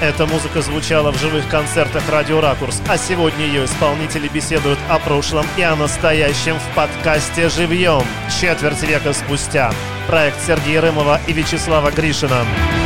Эта музыка звучала в живых концертах «Радио Ракурс», а сегодня ее исполнители беседуют о прошлом и о настоящем в подкасте «Живьем». Четверть века спустя. Проект Сергея Рымова и Вячеслава Гришина.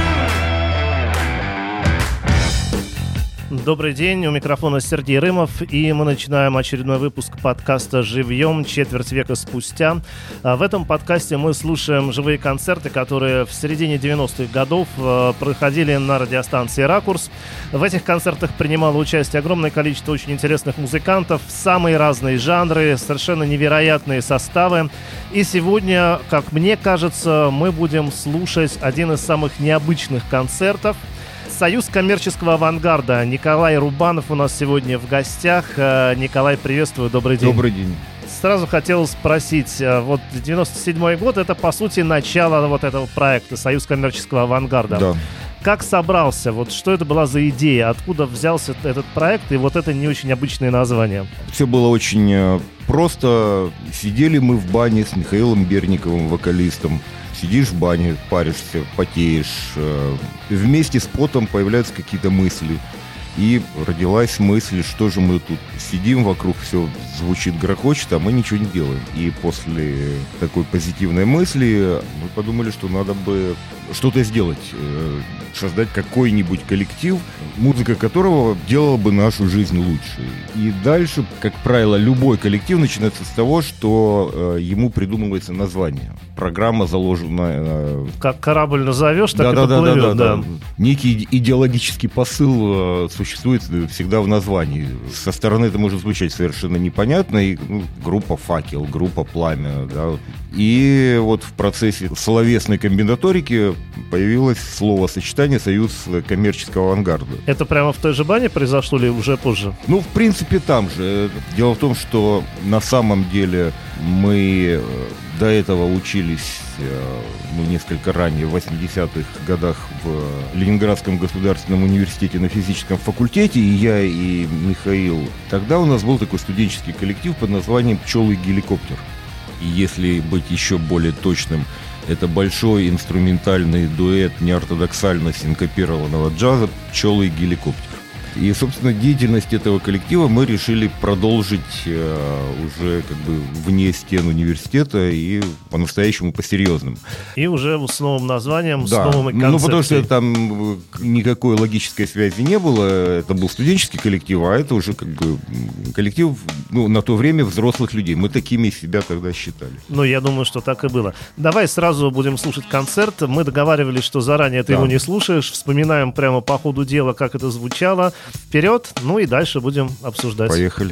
Добрый день, у микрофона Сергей Рымов, и мы начинаем очередной выпуск подкаста «Живьем. Четверть века спустя». В этом подкасте мы слушаем живые концерты, которые в середине 90-х годов проходили на радиостанции «Ракурс». В этих концертах принимало участие огромное количество очень интересных музыкантов, самые разные жанры, совершенно невероятные составы. И сегодня, как мне кажется, мы будем слушать один из самых необычных концертов. Союз коммерческого авангарда. Николай Рубанов у нас сегодня в гостях. Николай, приветствую, добрый день. Добрый день. Сразу хотел спросить, вот 97-й год, это по сути начало вот этого проекта Союз коммерческого авангарда. Да. Как собрался? Вот что это была за идея? Откуда взялся этот проект и вот это не очень обычное название? Все было очень просто. Сидели мы в бане с Михаилом Берниковым, вокалистом. Сидишь в бане, паришься, потеешь. Вместе с потом появляются какие-то мысли. И родилась мысль, что же мы тут сидим, вокруг все звучит, грохочет, а мы ничего не делаем. И после такой позитивной мысли мы подумали, что надо бы что-то сделать, создать какой-нибудь коллектив, музыка которого делала бы нашу жизнь лучше. И дальше, как правило, любой коллектив начинается с того, что ему придумывается название. Программа заложена... Как корабль назовешь, так и поплывет. Да. Некий идеологический посыл существует всегда в названии. Со стороны это может звучать совершенно непонятно. И, группа «Факел», группа «Пламя». Да. И вот в процессе словесной комбинаторики появилось словосочетание «Союз коммерческого авангарда». Это прямо в той же бане произошло или уже позже? В принципе, там же. Дело в том, что на самом деле мы до этого учились несколько ранее, в 80-х годах в Ленинградском государственном университете на физическом факультете, и я, и Михаил. Тогда у нас был такой студенческий коллектив под названием «Пчелы и геликоптер». И если быть еще более точным, это большой инструментальный дуэт неортодоксально синкопированного джаза «Пчелы и геликоптер». И, собственно, деятельность этого коллектива мы решили продолжить уже вне стен университета и по-настоящему по-серьезному. И уже с новым названием, с новыми концепцией. Потому что там никакой логической связи не было. Это был студенческий коллектив, а это уже коллектив, на то время взрослых людей. Мы такими себя тогда считали. Я думаю, что так и было. Давай сразу будем слушать концерт. Мы договаривались, что заранее ты его не слушаешь. Вспоминаем прямо по ходу дела, как это звучало. Вперед, и дальше будем обсуждать. Поехали.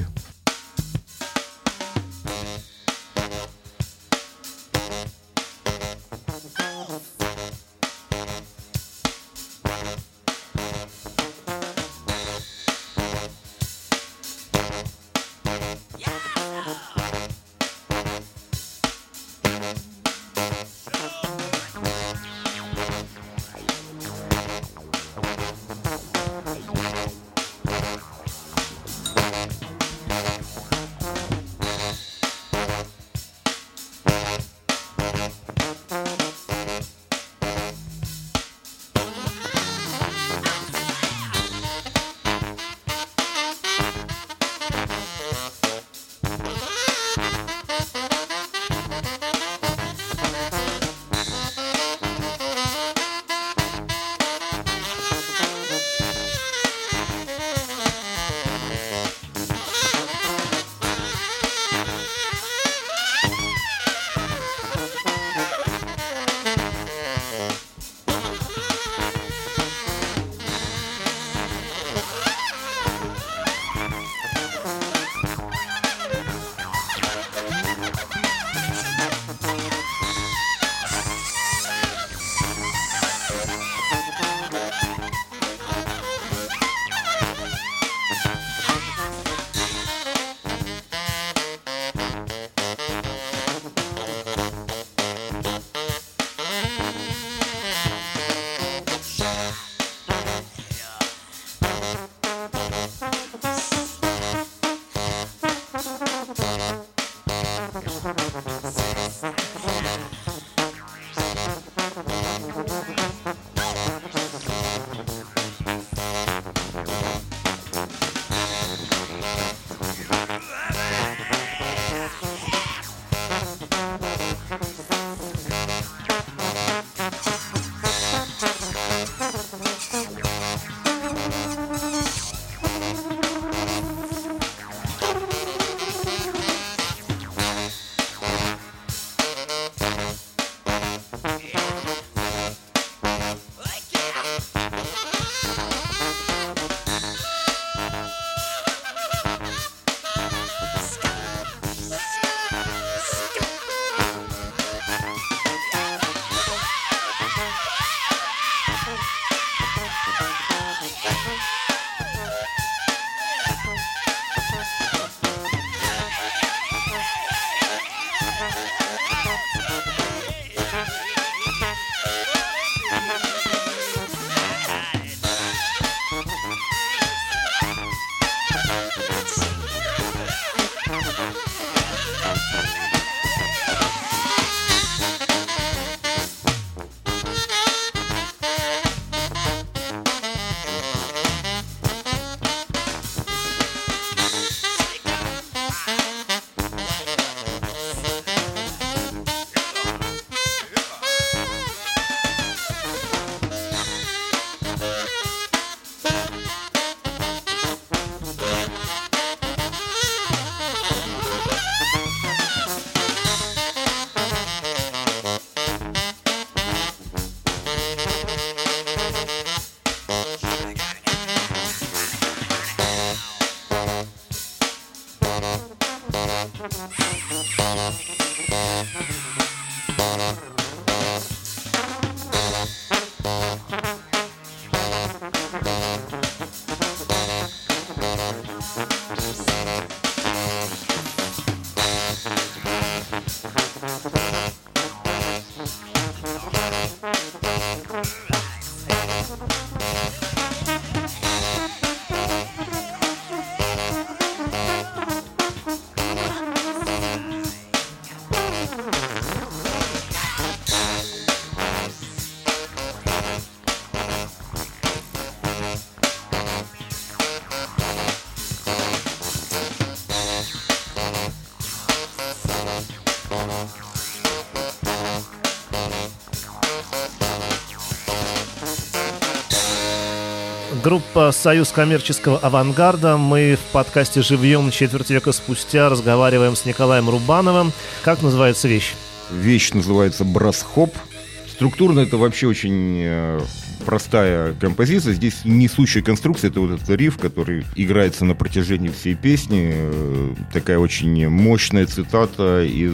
Группа «Союз коммерческого авангарда». Мы в подкасте «Живьем» четверть века спустя разговариваем с Николаем Рубановым. Как называется вещь? Вещь называется «Брасс-хоп». Структурно это вообще очень простая композиция. Здесь несущая конструкция — это вот этот риф, который играется на протяжении всей песни. Такая очень мощная цитата из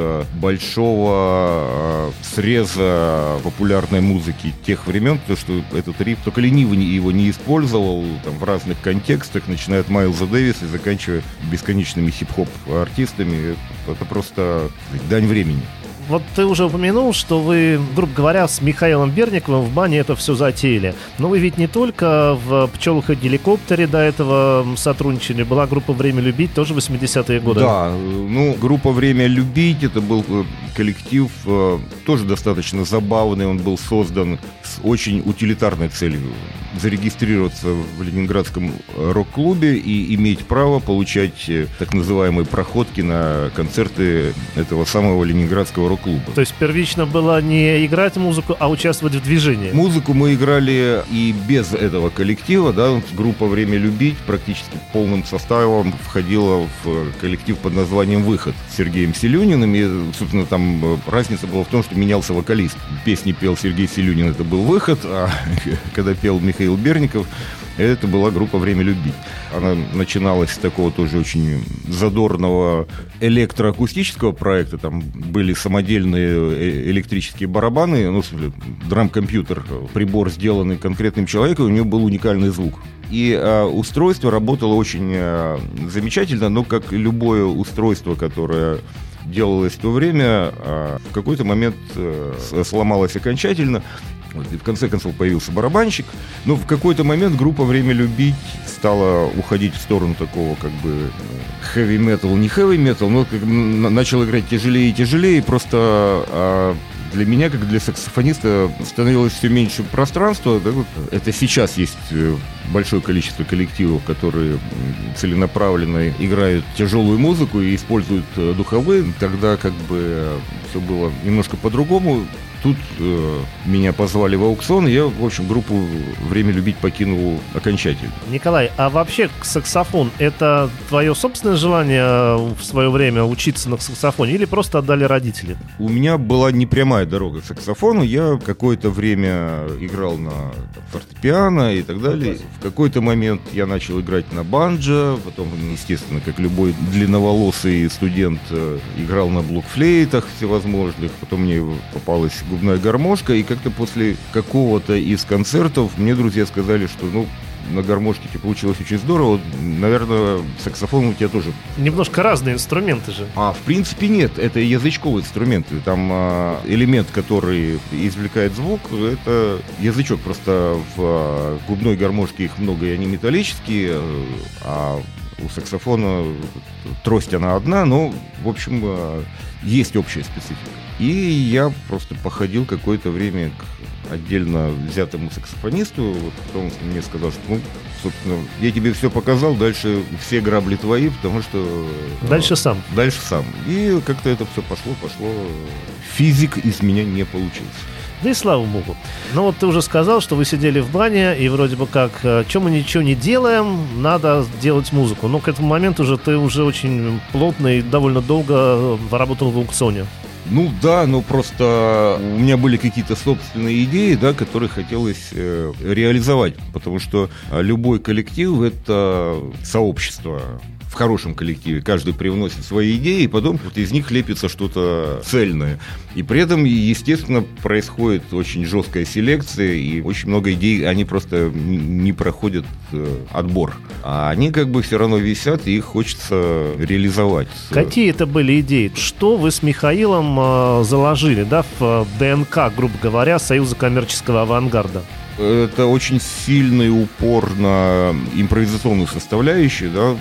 большого среза популярной музыки тех времен, потому что этот риф только ленивый его не использовал там, в разных контекстах, начиная от Майлза Дэвиса и заканчивая бесконечными хип-хоп артистами. Это просто дань времени. Вот ты уже упомянул, что вы, грубо говоря, с Михаилом Берниковым в бане это все затеяли. Но вы ведь не только в «Пчелах и геликоптере» до этого сотрудничали. Была группа «Время любить», тоже 80-е годы. Да, группа «Время любить» — это был коллектив тоже достаточно забавный. Он был создан с очень утилитарной целью — зарегистрироваться в Ленинградском рок-клубе и иметь право получать так называемые проходки на концерты этого самого ленинградского рок-клуба. То есть первично было не играть музыку, а участвовать в движении? Музыку мы играли и без этого коллектива, да, группа «Время любить» практически полным составом входила в коллектив под названием «Выход» с Сергеем Селюниным, и, собственно, там разница была в том, что менялся вокалист. Песни пел Сергей Селюнин, это был «Выход», а когда пел Михаил Берников, это была группа «Время любить». Она начиналась с такого тоже очень задорного электроакустического проекта. Там были самодельные электрические барабаны, драм-компьютер, прибор, сделанный конкретным человеком, у него был уникальный звук. И устройство работало очень замечательно, но как любое устройство, которое делалось в то время, в какой-то момент сломалось окончательно. И в конце концов появился барабанщик. Но в какой-то момент группа «Время любить» стала уходить в сторону такого как бы хэви-метал, не хэви-метал, но начал играть тяжелее и тяжелее. Просто для меня, как для саксофониста, становилось все меньше пространства. Да, вот это сейчас есть большое количество коллективов, которые целенаправленно играют тяжелую музыку и используют духовые. Тогда как бы все было немножко по-другому. Тут меня позвали в аукцион, и я, в общем, группу «Время любить» покинул окончательно. Николай, а вообще саксофон — это твое собственное желание в свое время учиться на саксофоне или просто отдали родители? У меня была непрямая дорога к саксофону. Я какое-то время играл на фортепиано и так далее. В какой-то момент я начал играть на банджо, потом, естественно, как любой длинноволосый студент, играл на блокфлейтах всевозможных. Потом мне попалась губная гармошка, и как-то после какого-то из концертов мне друзья сказали, что, на гармошке тебе получилось очень здорово, наверное, саксофон у тебя тоже. Немножко разные инструменты же. В принципе, нет, это язычковые инструменты. Там элемент, который извлекает звук, это язычок. Просто в губной гармошке их много, и они металлические, а у саксофона трость она одна, но, в общем, есть общая специфика. И я просто походил какое-то время к отдельно взятому саксофонисту. Вот потом он мне сказал, что, собственно, я тебе все показал, дальше все грабли твои, потому что... Дальше сам. Дальше сам. И как-то это все пошло. Физик из меня не получился. Да и слава богу. Но вот ты уже сказал, что вы сидели в бане, и вроде бы как, чем мы ничего не делаем, надо делать музыку. Но к этому моменту ты уже очень плотно и довольно долго работал в аукционе. Да, но просто у меня были какие-то собственные идеи, да, которые хотелось реализовать, потому что любой коллектив — это сообщество. В хорошем коллективе каждый привносит свои идеи, и потом вот из них лепится что-то цельное. И при этом, естественно, происходит очень жесткая селекция, и очень много идей, они просто не проходят отбор. А они как бы все равно висят, и их хочется реализовать. Какие это были идеи? Что вы с Михаилом заложили, да, в ДНК, грубо говоря, Союза коммерческого авангарда? Это очень сильный упор на импровизационную составляющую, да.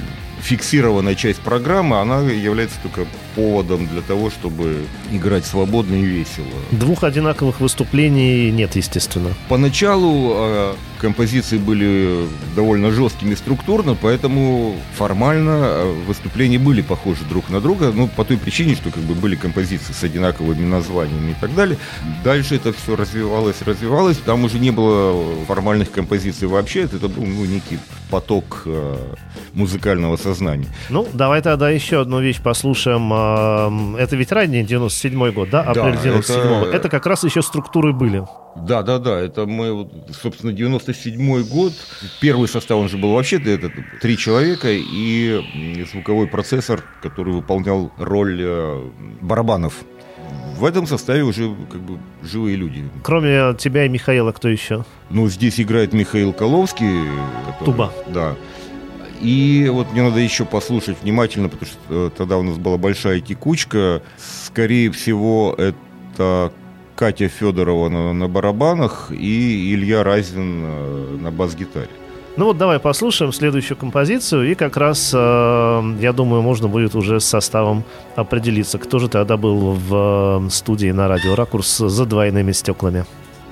фиксированная часть программы, она является только поводом для того, чтобы играть свободно и весело. Двух одинаковых выступлений нет, естественно. Поначалу композиции были довольно жесткими структурно, поэтому формально выступления были похожи друг на друга, ну, по той причине, что как бы были композиции с одинаковыми названиями и так далее. Дальше это все развивалось, там уже не было формальных композиций вообще, это был некий поток музыкального сознания. Ну, давай тогда еще одну вещь послушаем. Это ведь ранний 97-й год, да? Апрель 97-го. Это как раз еще структуры были. Да, это мы, собственно, 97-й год. Первый состав, он же был вообще-то это 3 человека и звуковой процессор, который выполнял роль барабанов. В этом составе уже как бы живые люди. Кроме тебя и Михаила, кто еще? Ну, здесь играет Михаил Коловский. Туба. Да. И вот мне надо еще послушать внимательно, потому что тогда у нас была большая текучка. Скорее всего, это Катя Федорова на барабанах и Илья Разин на бас-гитаре. Ну вот давай послушаем следующую композицию, и как раз, я думаю, можно будет уже с составом определиться, кто же тогда был в студии на радио «Ракурс» за двойными стеклами.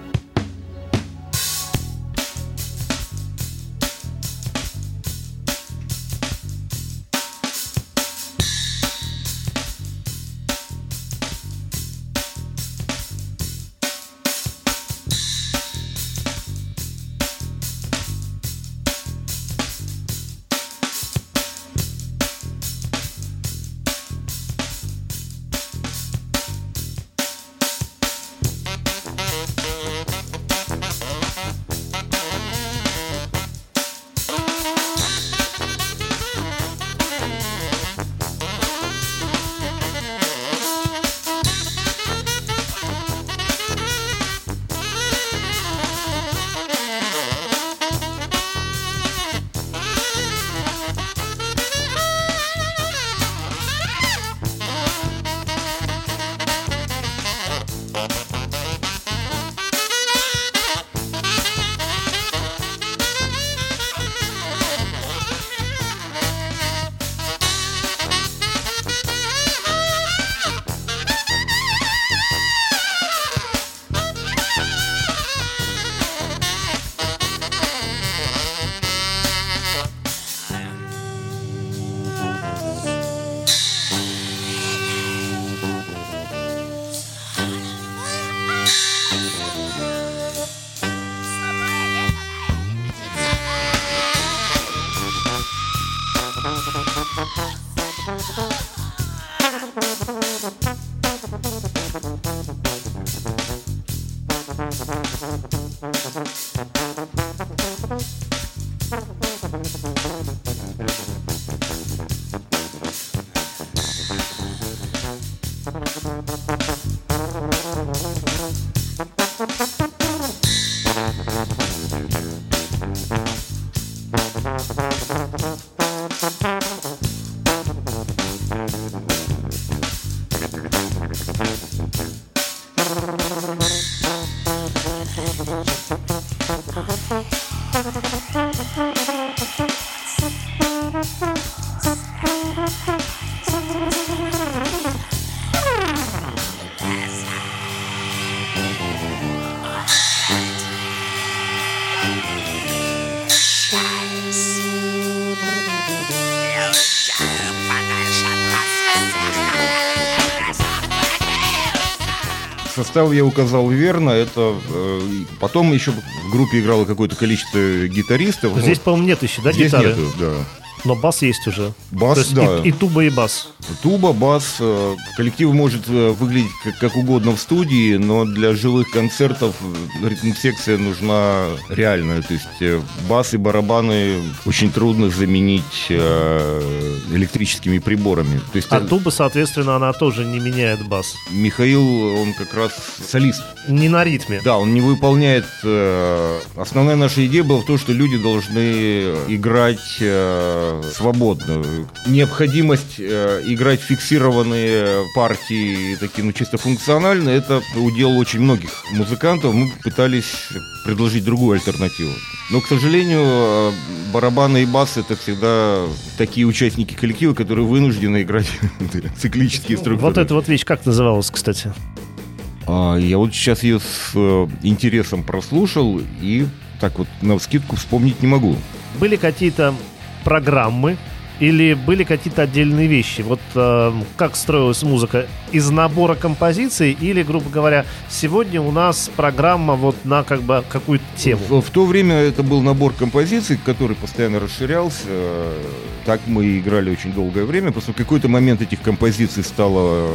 Состав я указал верно. Это потом еще в группе играло какое-то количество гитаристов. Здесь, по-моему, нет еще, да, здесь гитары? Нету, да. Но бас есть уже. Бас, то есть да. И туба, и бас. Туба, бас. Коллектив может выглядеть как угодно в студии, но для живых концертов ритм-секция нужна реальная. То есть бас и барабаны очень трудно заменить электрическими приборами. То есть, туба, соответственно, она тоже не меняет бас. Михаил, он как раз солист. Не на ритме. Да, он не выполняет... Основная наша идея была в том, что люди должны играть было свободно. Необходимость играть фиксированные партии, такие, чисто функционально, это удел очень многих музыкантов. Мы пытались предложить другую альтернативу. Но, к сожалению, барабаны и бас — это всегда такие участники коллектива, которые вынуждены играть циклические структуры. Вот эта вот вещь как называлась, кстати? Я вот сейчас ее с интересом прослушал и так вот навскидку вспомнить не могу. Были какие-то программы или были какие-то отдельные вещи? Вот как строилась музыка? Из набора композиций или, грубо говоря, сегодня у нас программа вот на как бы какую-то тему? В то время это был набор композиций, который постоянно расширялся. Так мы играли очень долгое время. Просто в какой-то момент этих композиций стало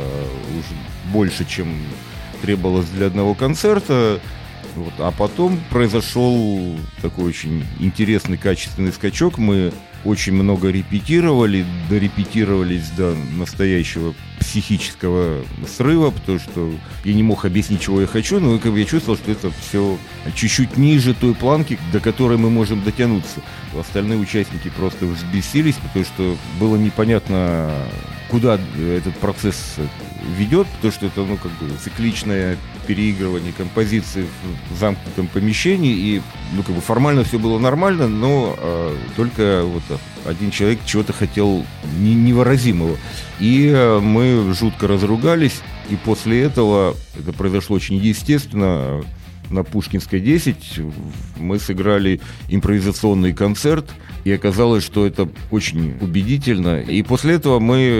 уже больше, чем требовалось для одного концерта. Вот. А потом произошел такой очень интересный, качественный скачок. Мы очень много репетировали, дорепетировались до настоящего психического срыва, потому что я не мог объяснить, чего я хочу, но как бы я чувствовал, что это все чуть-чуть ниже той планки, до которой мы можем дотянуться. Остальные участники просто взбесились, потому что было непонятно, куда этот процесс ведет, потому что это, как бы цикличное переигрывание композиции в замкнутом помещении, и, как бы формально все было нормально, но только вот один человек чего-то хотел невыразимого. И мы жутко разругались, и после этого, это произошло очень естественно, на Пушкинской 10 мы сыграли импровизационный концерт, и оказалось, что это очень убедительно. И после этого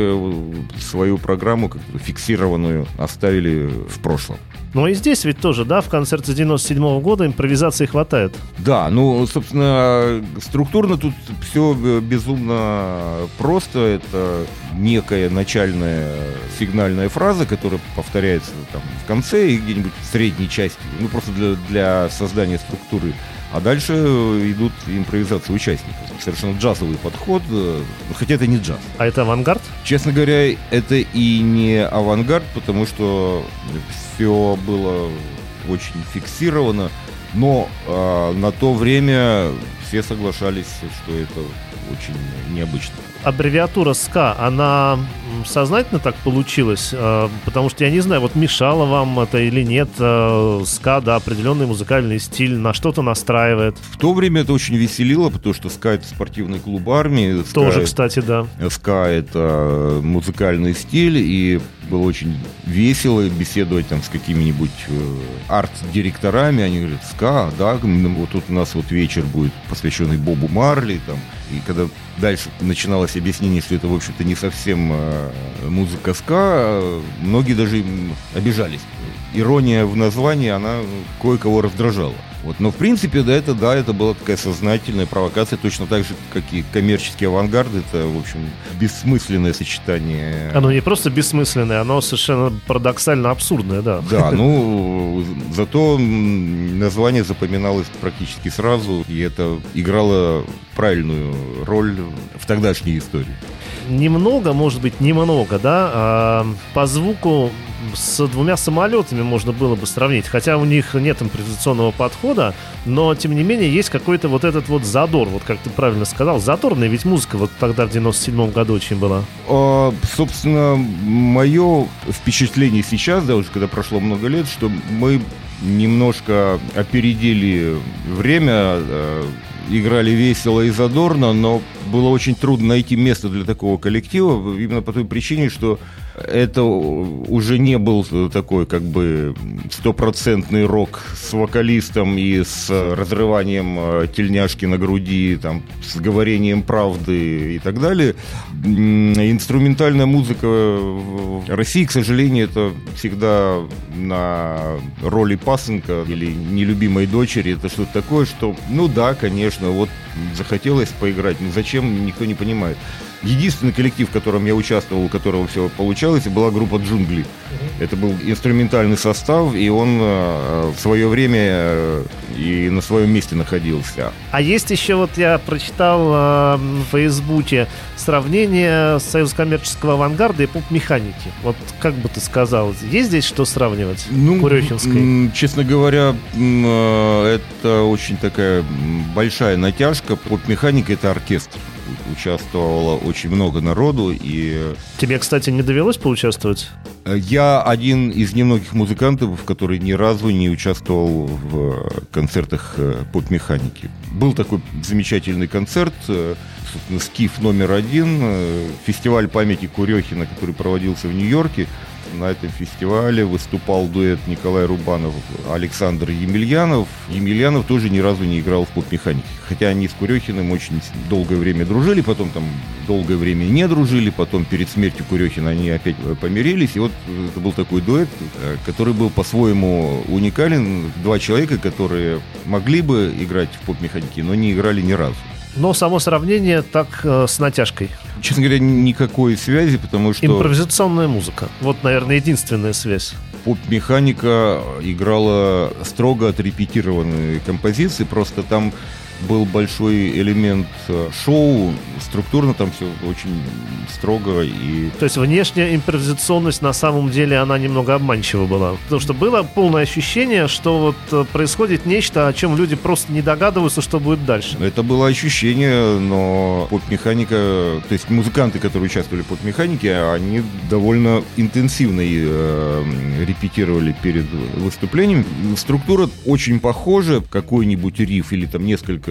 мы свою программу фиксированную оставили в прошлом. Ну и здесь ведь тоже, да, в концерте 97-го года импровизации хватает. Да, собственно, структурно тут все безумно просто. Это некая начальная сигнальная фраза, которая повторяется там в конце и где-нибудь в средней части, просто для создания структуры. А дальше идут импровизации участников. Совершенно джазовый подход, хотя это не джаз. А это авангард? Честно говоря, это и не авангард, потому что все было очень фиксировано. Но на то время все соглашались, что это очень необычно. Аббревиатура СКА, она сознательно так получилась? Потому что я не знаю, вот мешало вам это или нет. СКА, да, определенный музыкальный стиль, на что-то настраивает. В то время это очень веселило, потому что СКА — это спортивный клуб армии. Тоже, кстати, да. СКА — это музыкальный стиль, и было очень весело беседовать там с какими-нибудь арт-директорами. Они говорят: СКА, да, вот тут у нас вот вечер будет посвященный Бобу Марли, там. И когда дальше начиналось объяснение, что это, в общем-то, не совсем музыка ска, многие даже обижались. Ирония в названии, она кое-кого раздражала. Вот. Но, в принципе, это была такая сознательная провокация, точно так же, как и коммерческий авангард. Это, в общем, бессмысленное сочетание. Оно не просто бессмысленное, оно совершенно парадоксально абсурдное, да. Да, зато название запоминалось практически сразу, и это играло правильную роль в тогдашней истории. Немного, может быть, немного, да, по звуку с двумя самолетами можно было бы сравнить, хотя у них нет импровизационного подхода, но, тем не менее, есть какой-то вот этот вот задор, вот как ты правильно сказал, задорная ведь музыка вот тогда в 97-м году очень была. Собственно, мое впечатление сейчас, да, уже когда прошло много лет, что мы немножко опередили время, играли весело и задорно, но было очень трудно найти место для такого коллектива, именно по той причине, что это уже не был такой как бы стопроцентный рок с вокалистом и с разрыванием тельняшки на груди, там, с говорением правды и так далее. Инструментальная музыка в России, к сожалению, это всегда на роли пасынка или нелюбимой дочери. Это что-то такое, что, да, конечно, вот захотелось поиграть, но зачем, никто не понимает. Единственный коллектив, в котором я участвовал, у которого все получалось, была группа «Джунгли». Это был инструментальный состав, и он в свое время и на своем месте находился. А есть еще, вот я прочитал в Фейсбуке сравнение Союза коммерческого авангарда и поп-механики. Вот как бы ты сказал, есть здесь что сравнивать? Курехинской? Честно говоря, это очень такая большая натяжка. Поп-механика — это оркестр. участвовало очень много народу. И тебе, кстати, не довелось поучаствовать? Я один из немногих музыкантов, который ни разу не участвовал в концертах поп-механики. Был такой замечательный концерт, «Скиф номер 1», фестиваль памяти Курехина, который проводился в Нью-Йорке. На этом фестивале выступал дуэт Николай Рубанов, Александр Емельянов. Емельянов тоже ни разу не играл в поп-механике. Хотя они с Курехиным очень долгое время дружили, потом там долгое время не дружили, потом перед смертью Курехина они опять помирились. И вот это был такой дуэт, который был по-своему уникален. Два человека, которые могли бы играть в поп-механике, но не играли ни разу. Но само сравнение так с натяжкой. Честно говоря, никакой связи, потому что... Импровизационная музыка. Вот, наверное, единственная связь. Поп-механика играла строго отрепетированные композиции, просто там был большой элемент шоу, структурно там все очень строго. И... То есть внешняя импровизационность на самом деле она немного обманчива была. Потому что было полное ощущение, что вот происходит нечто, о чем люди просто не догадываются, что будет дальше. Это было ощущение, но поп-механика, то есть музыканты, которые участвовали в поп-механике, они довольно интенсивно репетировали перед выступлением. Структура очень похожа, какой-нибудь риф или там несколько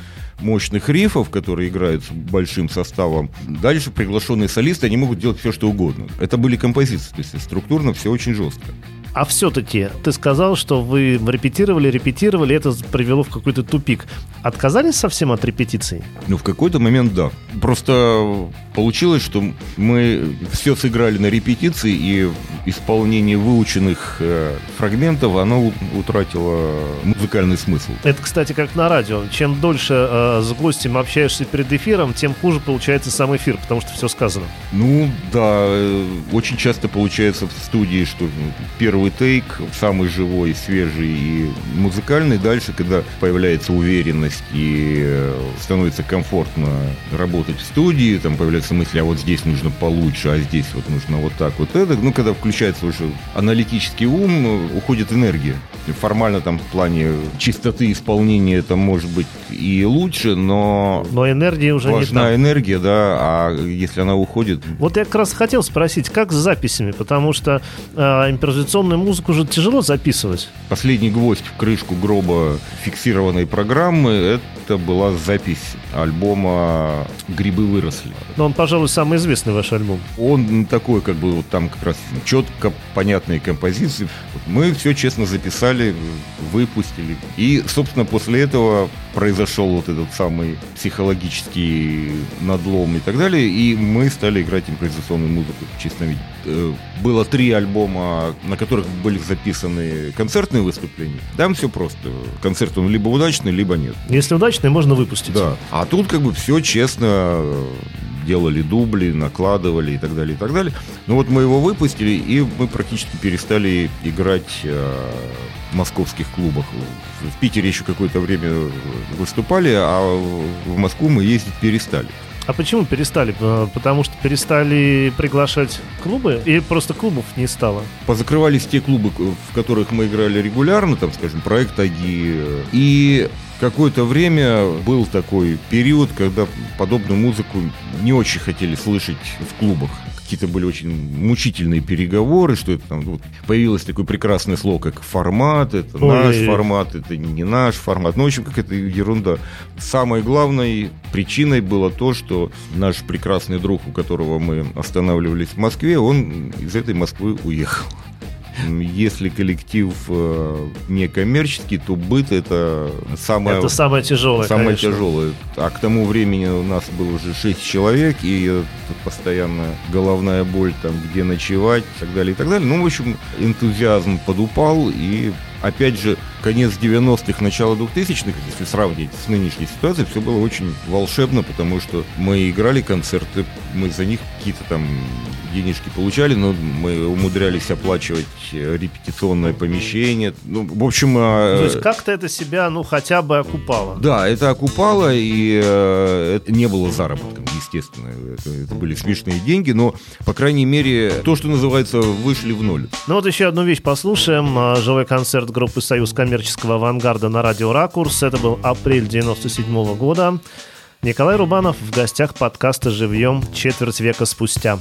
мощных рифов, которые играют с большим составом. Дальше приглашенные солисты, они могут делать все, что угодно. Это были композиции, то есть структурно все очень жестко. А все-таки ты сказал, что вы репетировали, это привело в какой-то тупик. Отказались совсем от репетиций? Ну, в какой-то момент да. Просто получилось, что мы все сыграли на репетиции, и исполнение выученных фрагментов, оно утратило музыкальный смысл. Это, кстати, как на радио. Чем дольше с гостем общаешься перед эфиром, тем хуже получается сам эфир, потому что все сказано. Ну, да. Очень часто получается в студии, что первый тейк самый живой, свежий и музыкальный. Дальше, когда появляется уверенность и становится комфортно работать в студии, там появляются мысли, а вот здесь нужно получше, а здесь вот нужно вот так вот это. Ну, когда включается уже аналитический ум, уходит энергия. Формально там в плане чистоты исполнения это может быть и лучше, но энергия уже важна не там. Энергия, да, а если она уходит... Вот я как раз хотел спросить, как с записями, потому что импровизационную музыку же тяжело записывать. Последний гвоздь в крышку гроба фиксированной программы — это была запись альбома «Грибы выросли». Но он, пожалуй, самый известный ваш альбом. Он такой, как бы, вот там как раз четко понятные композиции. Мы все честно записали, выпустили. И, собственно, после этого произошел вот этот самый психологический надлом и так далее, и мы стали играть импровизационную музыку в чистом виде. Было 3 альбома, на которых были записаны концертные выступления. Там все просто. Концерт он либо удачный, либо нет. Если удачный, можно выпустить. Да. А тут как бы все честно, делали дубли, накладывали и так далее, и так далее. Ну вот мы его выпустили, и мы практически перестали играть в московских клубах. В Питере еще какое-то время выступали, а в Москву мы ездить перестали. А почему перестали? Потому что перестали приглашать клубы? Или просто клубов не стало? Позакрывались те клубы, в которых мы играли регулярно, там, скажем, проект АГИ. И какое-то время был такой период, когда подобную музыку не очень хотели слышать в клубах. Какие-то были очень мучительные переговоры, что это там вот, появилось такое прекрасное слово, как формат, это наш формат, это не наш формат. Ну, в общем, какая-то ерунда. Самой главной причиной было то, что наш прекрасный друг, у которого мы останавливались в Москве, он из этой Москвы уехал. Если коллектив не коммерческий, то быт — это самое тяжелое. Самое тяжелое. А к тому времени у нас было уже 6 человек, и постоянно головная боль, там, где ночевать, и так далее, и так далее. Ну, в общем, энтузиазм подупал, и опять же, конец 90-х, начало 2000-х, если сравнить с нынешней ситуацией, все было очень волшебно, потому что мы играли концерты, мы за них какие-то там денежки получали, но мы умудрялись оплачивать репетиционное помещение. Ну, в общем... То есть как-то это себя, хотя бы окупало? Да, это окупало, и это не было заработком, естественно. Это были смешные деньги, но, по крайней мере, то, что называется, вышли в ноль. Ну вот еще одну вещь послушаем. Живой концерт группы «Союз коммерческого авангарда» на радио «Ракурс». Это был апрель 97 года. Николай Рубанов в гостях подкаста «Живьем» четверть века спустя.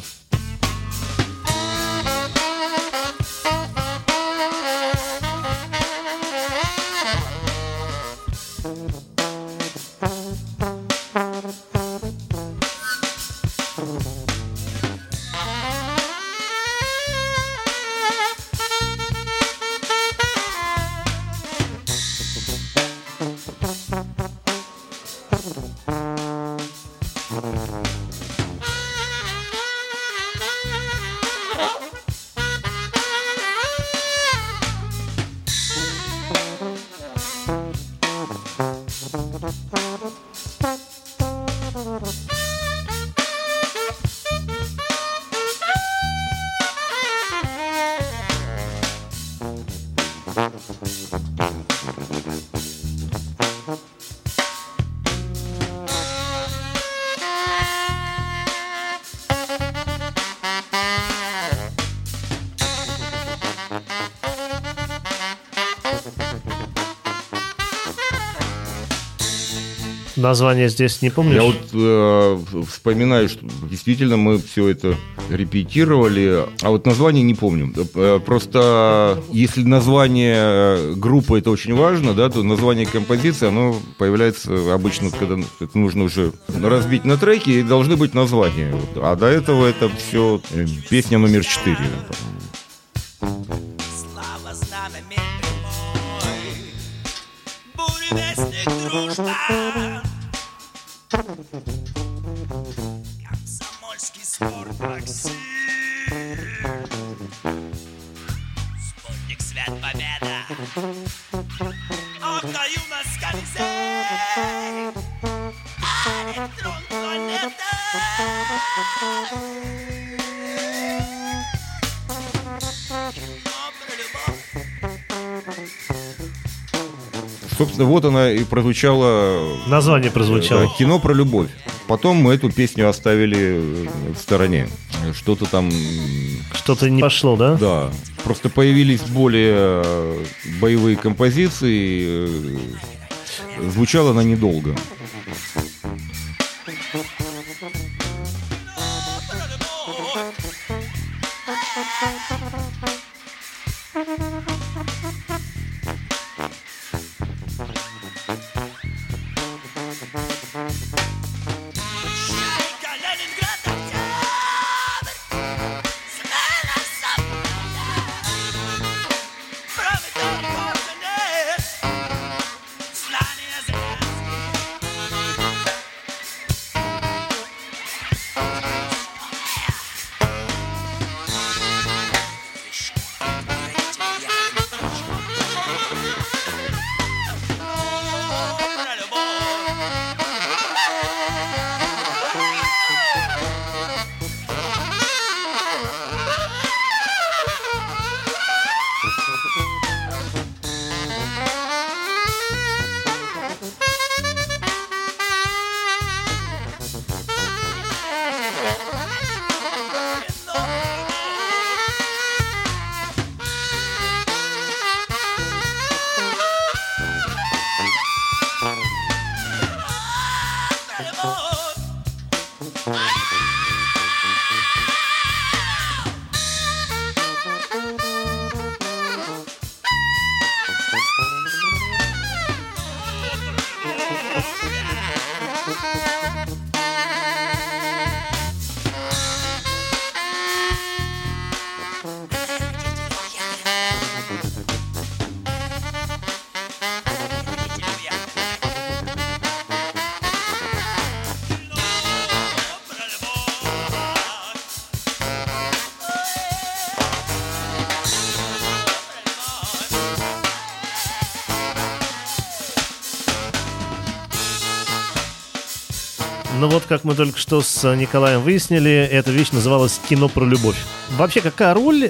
Название здесь не помнишь? Я вот вспоминаю, что действительно мы все это репетировали, а вот название не помню. Просто если название группы это очень важно, да, то название композиции, оно появляется обычно, когда это нужно уже разбить на треки, и должны быть названия. А до этого это все песня номер 4. Слава знаменитый мой, буревестник дружба. Комсомольский спорт Максим, спутник свет победа. Ох, даю нас Колизей, электрон планета. Собственно, вот она и прозвучала. Название прозвучало. Кино про любовь. Потом мы эту песню оставили в стороне. Что-то там... Что-то не пошло, да? Да. Просто появились более боевые композиции. Звучала она недолго. Ну вот, как мы только что с Николаем выяснили, эта вещь называлась «Кино про любовь». Вообще, какая роль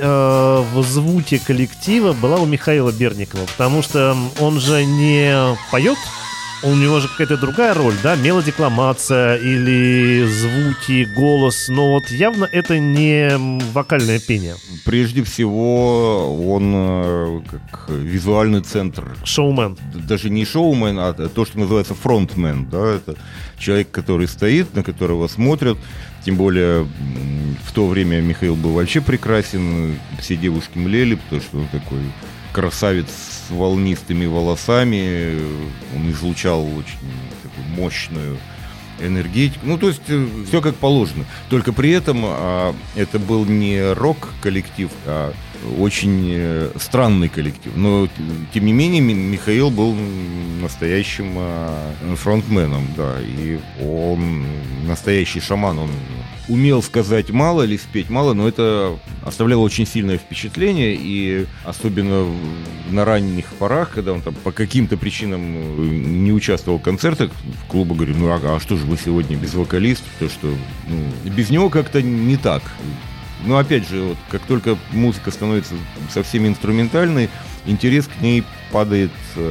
в звуке коллектива была у Михаила Берникова? Потому что он же не поет, У него же какая-то другая роль, да? Мелодикламация или звуки, голос. Но вот явно это не вокальное пение. Прежде всего, он как визуальный центр. Шоумен. Даже не шоумен, а то, что называется фронтмен. Да? Это человек, который стоит, на которого смотрят. Тем более, в то время Михаил был вообще прекрасен. Все девушки млели, потому что он такой красавец с волнистыми волосами. Он излучал очень такую мощную энергетику. Ну, то есть, все как положено. Только при этом это был не рок-коллектив, а очень странный коллектив. Но, тем не менее, Михаил был настоящим фронтменом, да. И он настоящий шаман. Он умел сказать мало или спеть мало, но это оставляло очень сильное впечатление. И особенно на ранних порах, когда он там по каким-то причинам не участвовал в концертах, в клубе говорю, ну а что же вы сегодня без вокалиста? Потому что без него как-то не так. Но опять же, вот, как только музыка становится совсем инструментальной, интерес к ней падает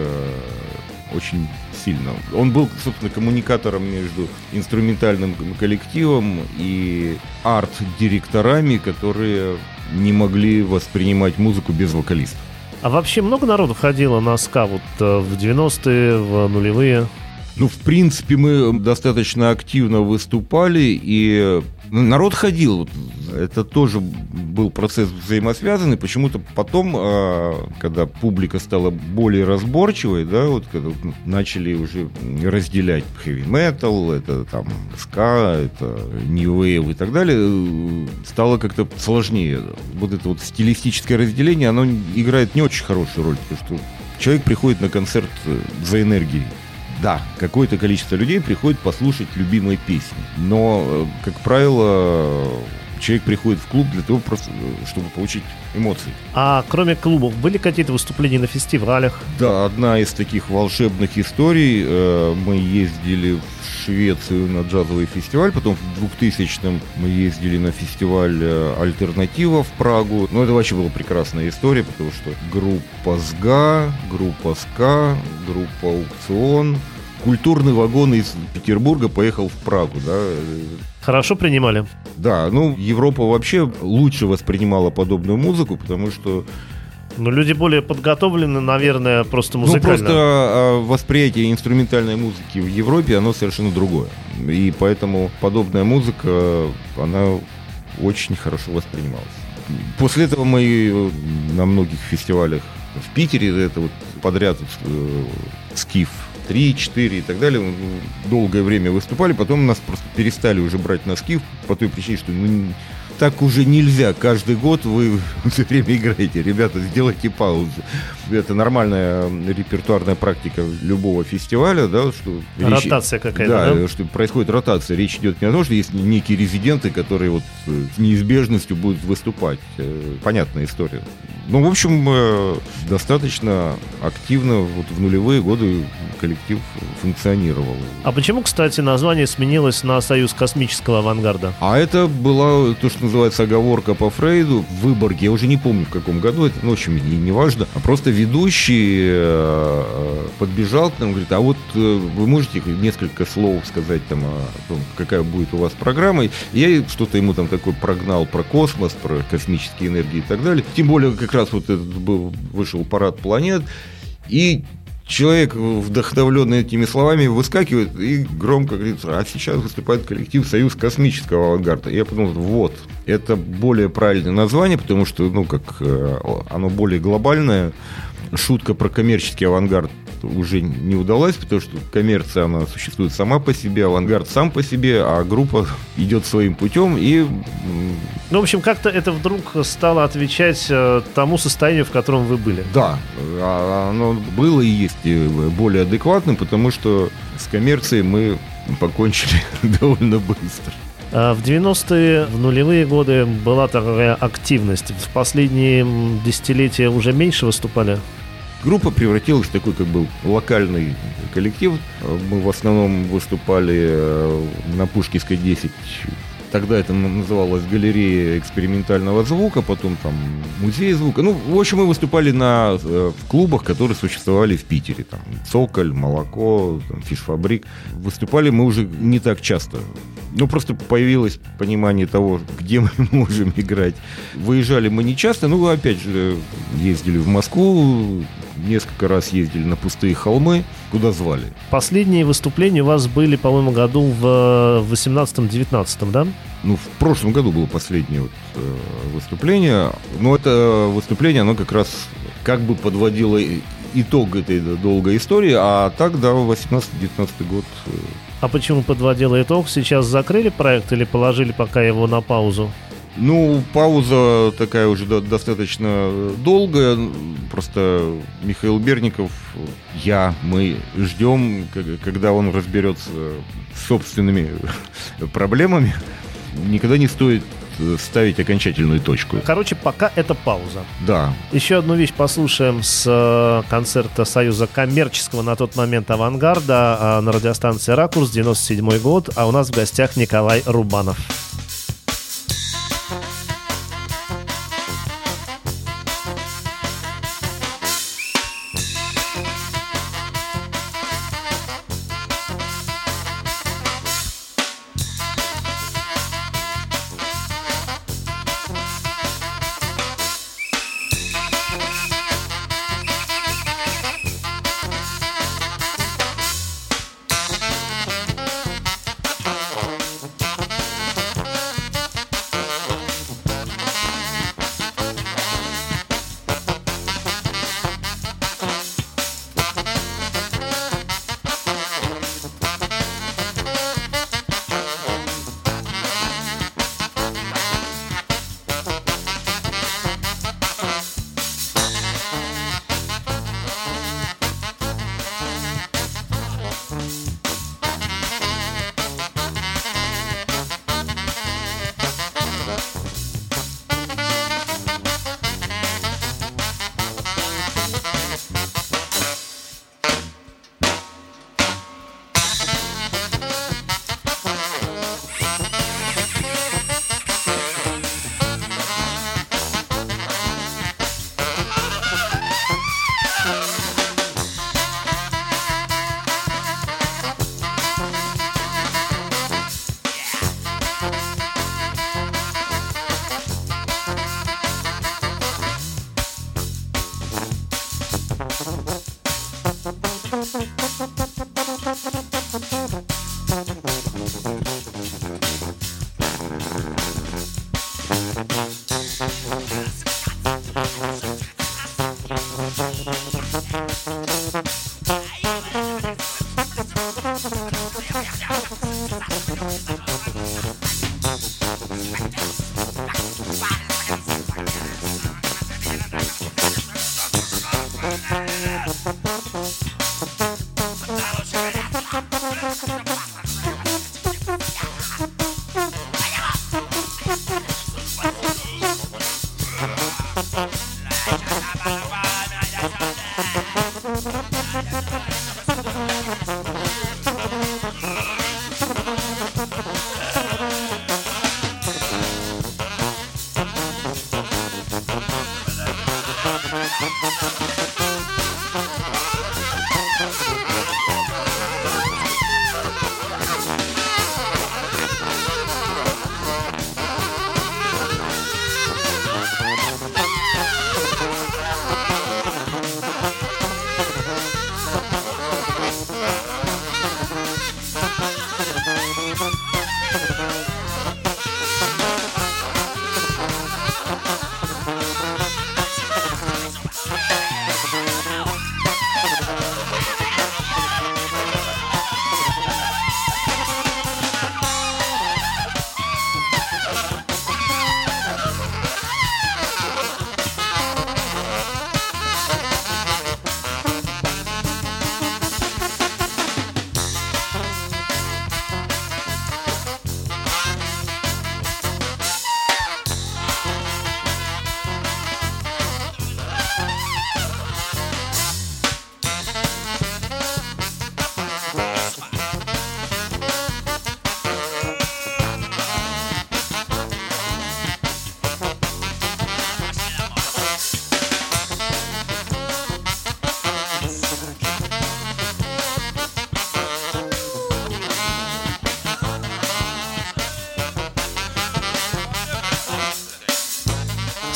очень сильно. Он был, собственно, коммуникатором между инструментальным коллективом и арт-директорами, которые не могли воспринимать музыку без вокалистов. А вообще много народу ходило на ска вот в 90-е, в нулевые? Ну, в принципе, мы достаточно активно выступали, и народ ходил. Это тоже был процесс взаимосвязанный. Почему-то потом, когда публика стала более разборчивой, да, вот когда начали уже разделять heavy metal, это там ска, это new wave и так далее, стало как-то сложнее. Вот это вот стилистическое разделение, оно играет не очень хорошую роль, потому что человек приходит на концерт за энергией. Да, какое-то количество людей приходит послушать любимые песни, но, как правило, человек приходит в клуб для того, просто, чтобы получить эмоции. А кроме клубов, были какие-то выступления на фестивалях? Да, одна из таких волшебных историй. Мы ездили в Швецию на джазовый фестиваль, потом в 2000-м мы ездили на фестиваль «Альтернатива» в Прагу. Ну, это вообще была прекрасная история, потому что группа СГА, группа СКА, группа «Аукцион», культурный вагон из Петербурга поехал в Прагу, да. Хорошо принимали? Да, ну, Европа вообще лучше воспринимала подобную музыку, потому что... Ну, люди более подготовлены, наверное, просто музыкально. Ну, просто восприятие инструментальной музыки в Европе, оно совершенно другое. И поэтому подобная музыка, она очень хорошо воспринималась. После этого мы на многих фестивалях в Питере, это вот подряд «Скиф», 3, 4 и так далее, долгое время выступали, потом нас просто перестали уже брать на скиф по той причине, что так уже нельзя, каждый год вы все время играете, ребята, сделайте паузу. Это нормальная репертуарная практика любого фестиваля, да, что... Ротация какая-то, да? Что происходит ротация, речь идет не о том, что есть некие резиденты, которые вот с неизбежностью будут выступать. Понятная история. Ну, в общем, достаточно активно вот в нулевые годы коллектив функционировал. А почему, кстати, название сменилось на «Союз космического авангарда»? А это была то, что называется оговорка по Фрейду в Выборге. Я уже не помню, в каком году это, ну, в общем, не важно. А просто ведущий подбежал к нам и говорит, а вот вы можете несколько слов сказать там о том, какая будет у вас программа? И я что-то ему там такое прогнал про космос, про космические энергии и так далее. Тем более, как раз вот этот вышел парад планет, и человек, вдохновленный этими словами, выскакивает и громко говорит, а сейчас выступает коллектив «Союз космического авангарда». И я подумал, вот, это более правильное название, потому что, ну, как оно более глобальное. Шутка про коммерческий авангард уже не удалась, потому что коммерция, она существует сама по себе, авангард сам по себе, а группа идет своим путем и... Ну, в общем, как-то это вдруг стало отвечать тому состоянию, в котором вы были. Да, оно было и есть более адекватным, потому что с коммерцией мы покончили довольно быстро. В 90-е, в нулевые годы была такая активность. В последние десятилетия уже меньше выступали? Группа превратилась в такой, как бы, локальный коллектив. Мы в основном выступали на Пушкинской 10 Тогда это называлось галерея экспериментального звука, потом там музей звука. Ну, в общем, мы выступали в клубах, которые существовали в Питере. Там «Цоколь», «Молоко», «Фишфабрик». Выступали мы уже не так часто. Ну, просто появилось понимание того, где мы можем играть. Выезжали мы не часто, ну, опять же, ездили в Москву, несколько раз ездили на Пустые холмы, куда звали. Последние выступления у вас были, по-моему, году в 18-19, да? Ну, в прошлом году было последнее выступление. Но это выступление, оно как раз как бы подводило итог этой долгой истории. А так, да, 18-19 год. А почему подводило итог? Сейчас закрыли проект или положили пока его на паузу? Ну, пауза такая уже достаточно долгая. Просто Михаил Берников, мы ждем, когда он разберется с собственными проблемами. Никогда не стоит ставить окончательную точку. Короче, пока это пауза. Да. Еще одну вещь послушаем с концерта Союза коммерческого на тот момент «Авангарда» на радиостанции «Ракурс», 97-й год, а у нас в гостях Николай Рубанов.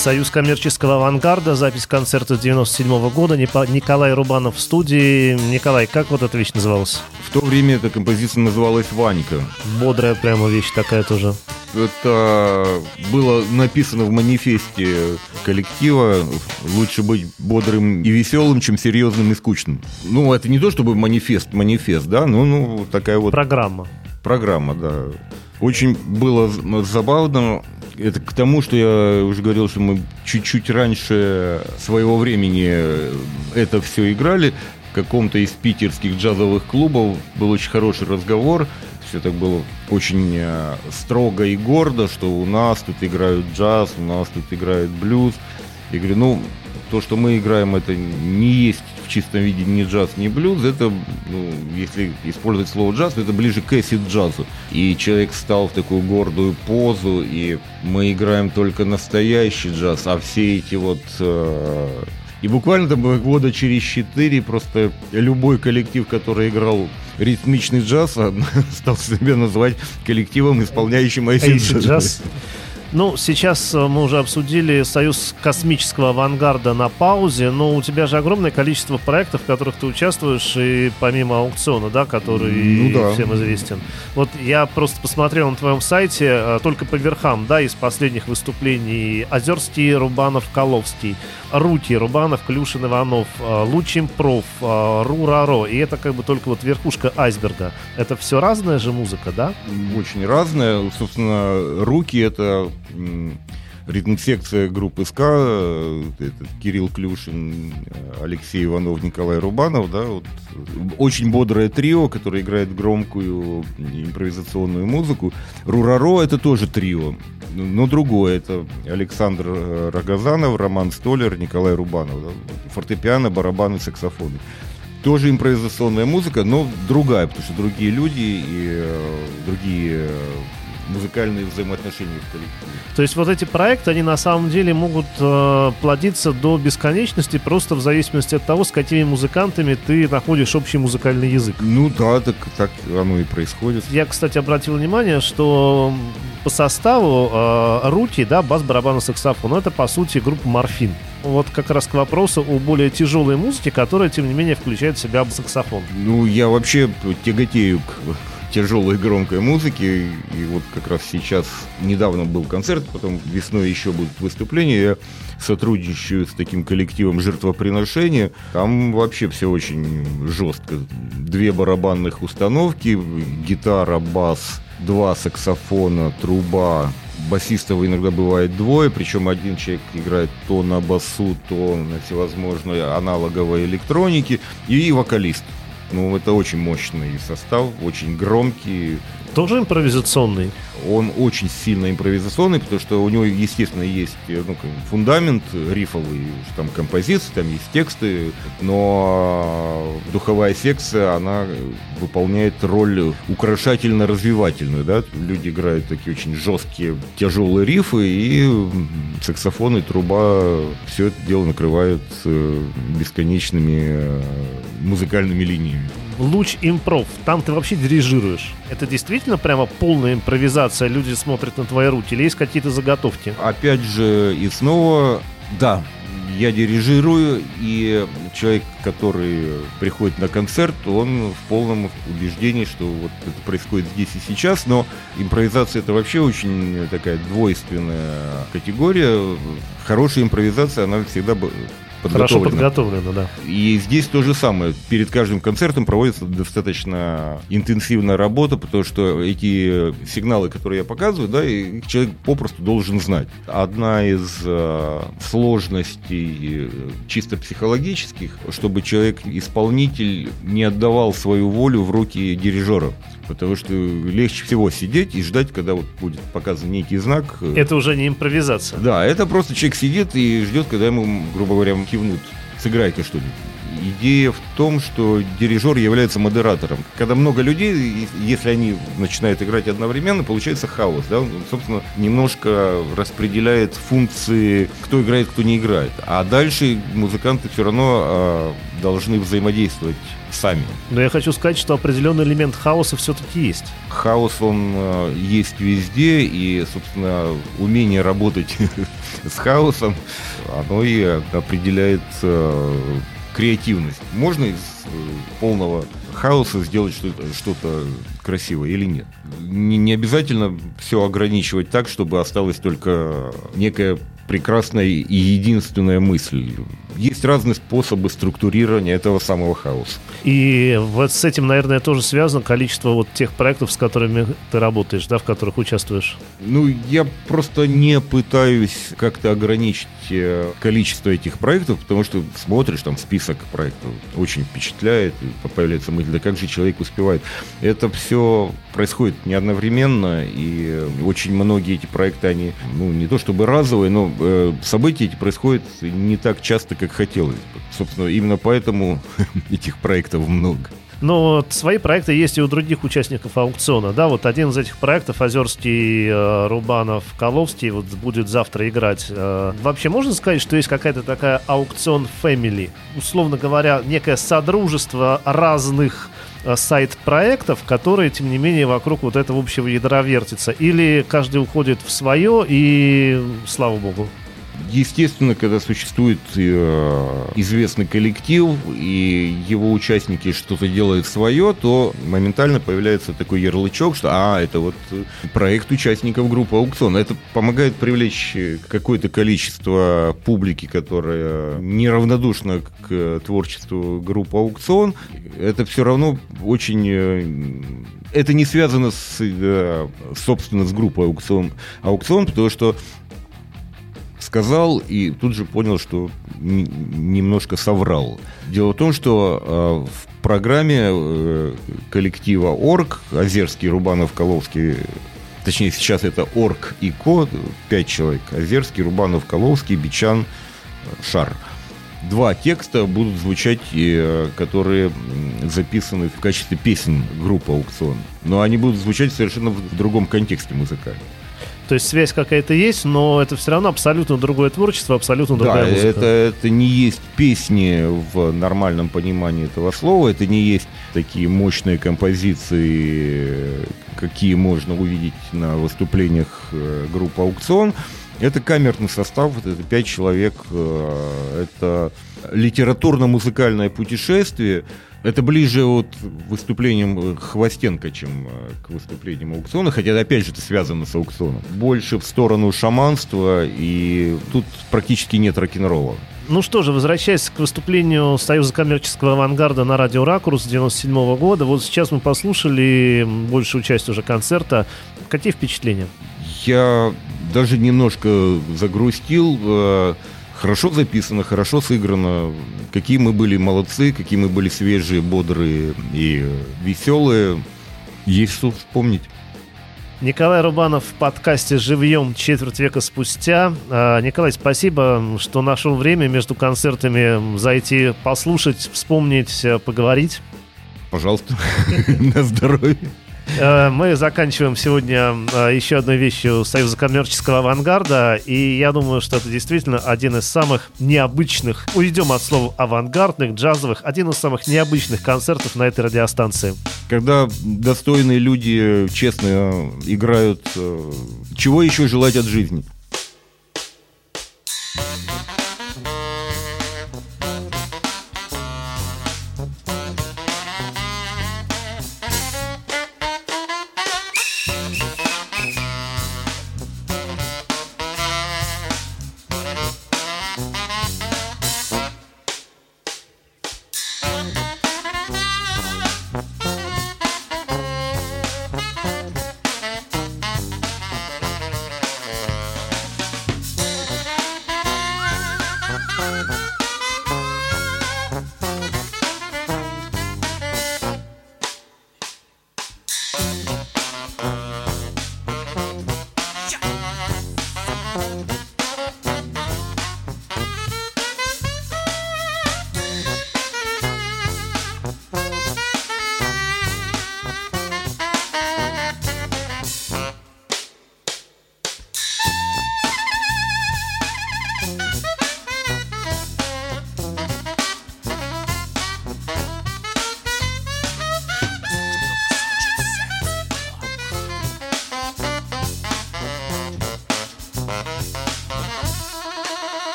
Союз коммерческого авангарда, запись концерта 97 года, Николай Рубанов в студии. Николай, как вот эта вещь называлась? В то время эта композиция называлась «Ванька». Бодрая прямо вещь такая тоже. Это было написано в манифесте коллектива: лучше быть бодрым и веселым, чем серьезным и скучным. Ну, это не то чтобы манифест, да, ну такая вот... Программа, да. Очень было забавно. Это к тому, что я уже говорил, что мы чуть-чуть раньше своего времени это все играли. В каком-то из питерских джазовых клубов был очень хороший разговор. Все так было очень строго и гордо, что у нас тут играют джаз, у нас тут играет блюз. Я говорю, то, что мы играем, это не есть в чистом виде ни джаз, ни блюз. Это, если использовать слово джаз, то это ближе к эсид-джазу. И человек встал в такую гордую позу, и мы играем только настоящий джаз, а все эти вот... И буквально там года через 4 просто любой коллектив, который играл ритмичный джаз, стал себя называть коллективом, исполняющим эйсид-джаз. Ну, сейчас мы уже обсудили Союз космического авангарда на паузе, но у тебя же огромное количество проектов, в которых ты участвуешь, и помимо аукциона, да, который всем известен. Вот я просто посмотрел на твоем сайте только по верхам, да, из последних выступлений: Озерский, Рубанов, Коловский, Рути, Рубанов, Клюшин, Иванов, Лучимпров, Рураро. И это как бы только вот верхушка айсберга. Это все разная же музыка, да? Очень разная. Собственно, Руки — это ритм-секция группы СКА. Это Кирилл Клюшин, Алексей Иванов, Николай Рубанов, да, вот. Очень бодрое трио, которое играет громкую импровизационную музыку. Рураро — это тоже трио, но другое. Это Александр Рогозанов, Роман Столер, Николай Рубанов, да? Фортепиано, барабаны, саксофоны. Тоже импровизационная музыка, но другая, потому что другие люди и другие музыкальные взаимоотношения в коллективе. То есть вот эти проекты, они на самом деле могут плодиться до бесконечности, просто в зависимости от того, с какими музыкантами ты находишь общий музыкальный язык. Ну да, так оно и происходит. Я, кстати, обратил внимание, что по составу Рути, да, бас, барабан и саксофон, это по сути группа «Морфин». Вот как раз к вопросу о более тяжелой музыке, которая, тем не менее, включает в себя саксофон. Ну, я вообще тяготею к тяжелой громкой музыки, и вот как раз сейчас недавно был концерт, потом весной еще будут выступления. Я сотрудничаю с таким коллективом «Жертвоприношение». Там вообще все очень жестко. 2 барабанных установки, гитара, бас, 2 саксофона, труба. Басистов иногда бывает 2, причем один человек играет то на басу, то на всевозможной аналоговой электронике, и вокалист. Ну, это очень мощный состав, очень громкий. Тоже импровизационный? Он очень сильно импровизационный, потому что у него, естественно, есть фундамент рифовый, там композиции, там есть тексты, но духовая секция, она выполняет роль украшательно-развивательную, да? Люди играют такие очень жесткие, тяжелые рифы, и саксофон и труба все это дело накрывают бесконечными музыкальными линиями. Лучимпров, там ты вообще дирижируешь. Это действительно прямо полная импровизация? Люди смотрят на твои руки или есть какие-то заготовки? Опять же, и снова, да, я дирижирую, и человек, который приходит на концерт, он в полном убеждении, что вот это происходит здесь и сейчас, но импровизация — это вообще очень такая двойственная категория. Хорошая импровизация, она всегда хорошо подготовлена, да. И здесь то же самое. Перед каждым концертом проводится достаточно интенсивная работа, потому что эти сигналы, которые я показываю, да, их человек попросту должен знать. Одна из сложностей чисто психологических, чтобы человек-исполнитель не отдавал свою волю в руки дирижера. Потому что легче всего сидеть и ждать, когда вот будет показан некий знак. Это уже не импровизация. Да, это просто человек сидит и ждет, когда ему, грубо говоря, кивнут. Сыграйте что-нибудь. Идея в том, что дирижер является модератором. Когда много людей, если они начинают играть одновременно, получается хаос. Да? Он, собственно, немножко распределяет функции, кто играет, кто не играет. А дальше музыканты все равно должны взаимодействовать сами. Но я хочу сказать, что определенный элемент хаоса все-таки есть. Хаос, он есть везде, и, собственно, умение работать с хаосом, оно и определяет креативность. Можно из полного хаоса сделать что-то красивое или нет? Не обязательно все ограничивать так, чтобы осталась только некая прекрасная и единственная мысль. Есть разные способы структурирования этого самого хаоса. И вот с этим, наверное, тоже связано количество вот тех проектов, с которыми ты работаешь, да, в которых участвуешь. Ну, я просто не пытаюсь как-то ограничить количество этих проектов, потому что смотришь там список проектов, очень впечатляет, и появляется мысль, да как же человек успевает. Это все происходит не одновременно, и очень многие эти проекты, они, ну, не то чтобы разовые, но события эти происходят не так часто, как хотелось бы. Собственно, именно поэтому этих проектов много. Но вот свои проекты есть и у других участников аукциона, да, вот один из этих проектов, Озерский, Рубанов, Коловский, вот будет завтра играть. Вообще можно сказать, что есть какая-то такая аукцион family, условно говоря, некое содружество разных сайт-проектов, которые, тем не менее, вокруг вот этого общего ядра вертятся, или каждый уходит в свое и слава богу? Естественно, когда существует известный коллектив, и его участники что-то делают свое, то моментально появляется такой ярлычок, что это вот проект участников группы «Аукцион». Это помогает привлечь какое-то количество публики, которая неравнодушна к творчеству группы «Аукцион». Это все равно очень... Это не связано собственно, с группой «Аукцион», потому что сказал и тут же понял, что немножко соврал. Дело в том, что в программе коллектива «Орг», Озерский, Рубанов, Коловский, точнее сейчас это «Орг» и «Ко», 5 человек, Озерский, Рубанов, Коловский, Бичан, Шар. 2 текста будут звучать, которые записаны в качестве песен группы «Аукцион». Но они будут звучать совершенно в другом контексте музыкальном. То есть связь какая-то есть, но это все равно абсолютно другое творчество, абсолютно другая музыка. Да, это не есть песни в нормальном понимании этого слова, это не есть такие мощные композиции, какие можно увидеть на выступлениях группы «Аукцион». Это камерный состав, это 5 человек, это литературно-музыкальное путешествие. Это ближе от выступлением Хвостенко, чем к выступлениям «Аукциона», хотя, опять же, это связано с «Аукционом». Больше в сторону шаманства, и тут практически нет рок-н-ролла. Ну что же, возвращаясь к выступлению Союза коммерческого авангарда на радио «Ракурс» 97 года, вот сейчас мы послушали большую часть уже концерта. Какие впечатления? Я даже немножко загрустил. Хорошо записано, хорошо сыграно. Какие мы были молодцы, какие мы были свежие, бодрые и веселые. Есть что вспомнить. Николай Рубанов в подкасте «Живьем» четверть века спустя. Николай, спасибо, что нашел время между концертами зайти, послушать, вспомнить, поговорить. Пожалуйста, на здоровье. Мы заканчиваем сегодня еще одной вещью Союза коммерческого авангарда, и я думаю, что это действительно один из самых необычных, уйдем от слова авангардных, джазовых, один из самых необычных концертов на этой радиостанции. Когда достойные люди честно играют, чего еще желать от жизни?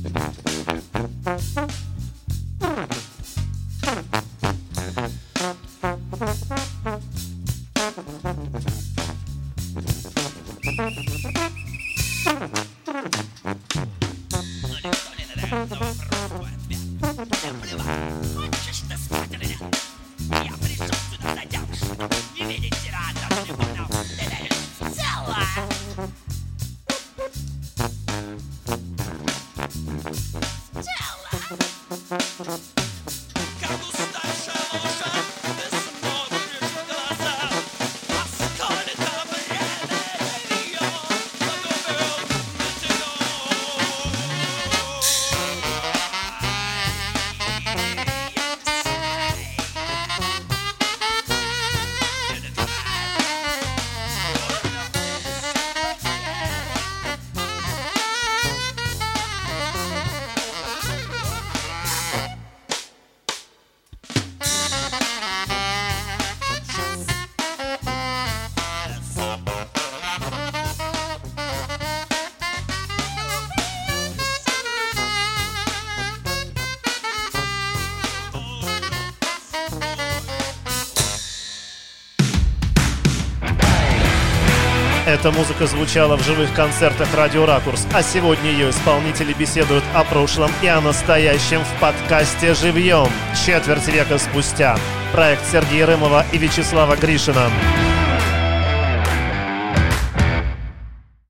Эта музыка звучала в живых концертах «Радио Ракурс», а сегодня ее исполнители беседуют о прошлом и о настоящем в подкасте «Живьем» четверть века спустя. Проект Сергея Рымова и Вячеслава Гришина.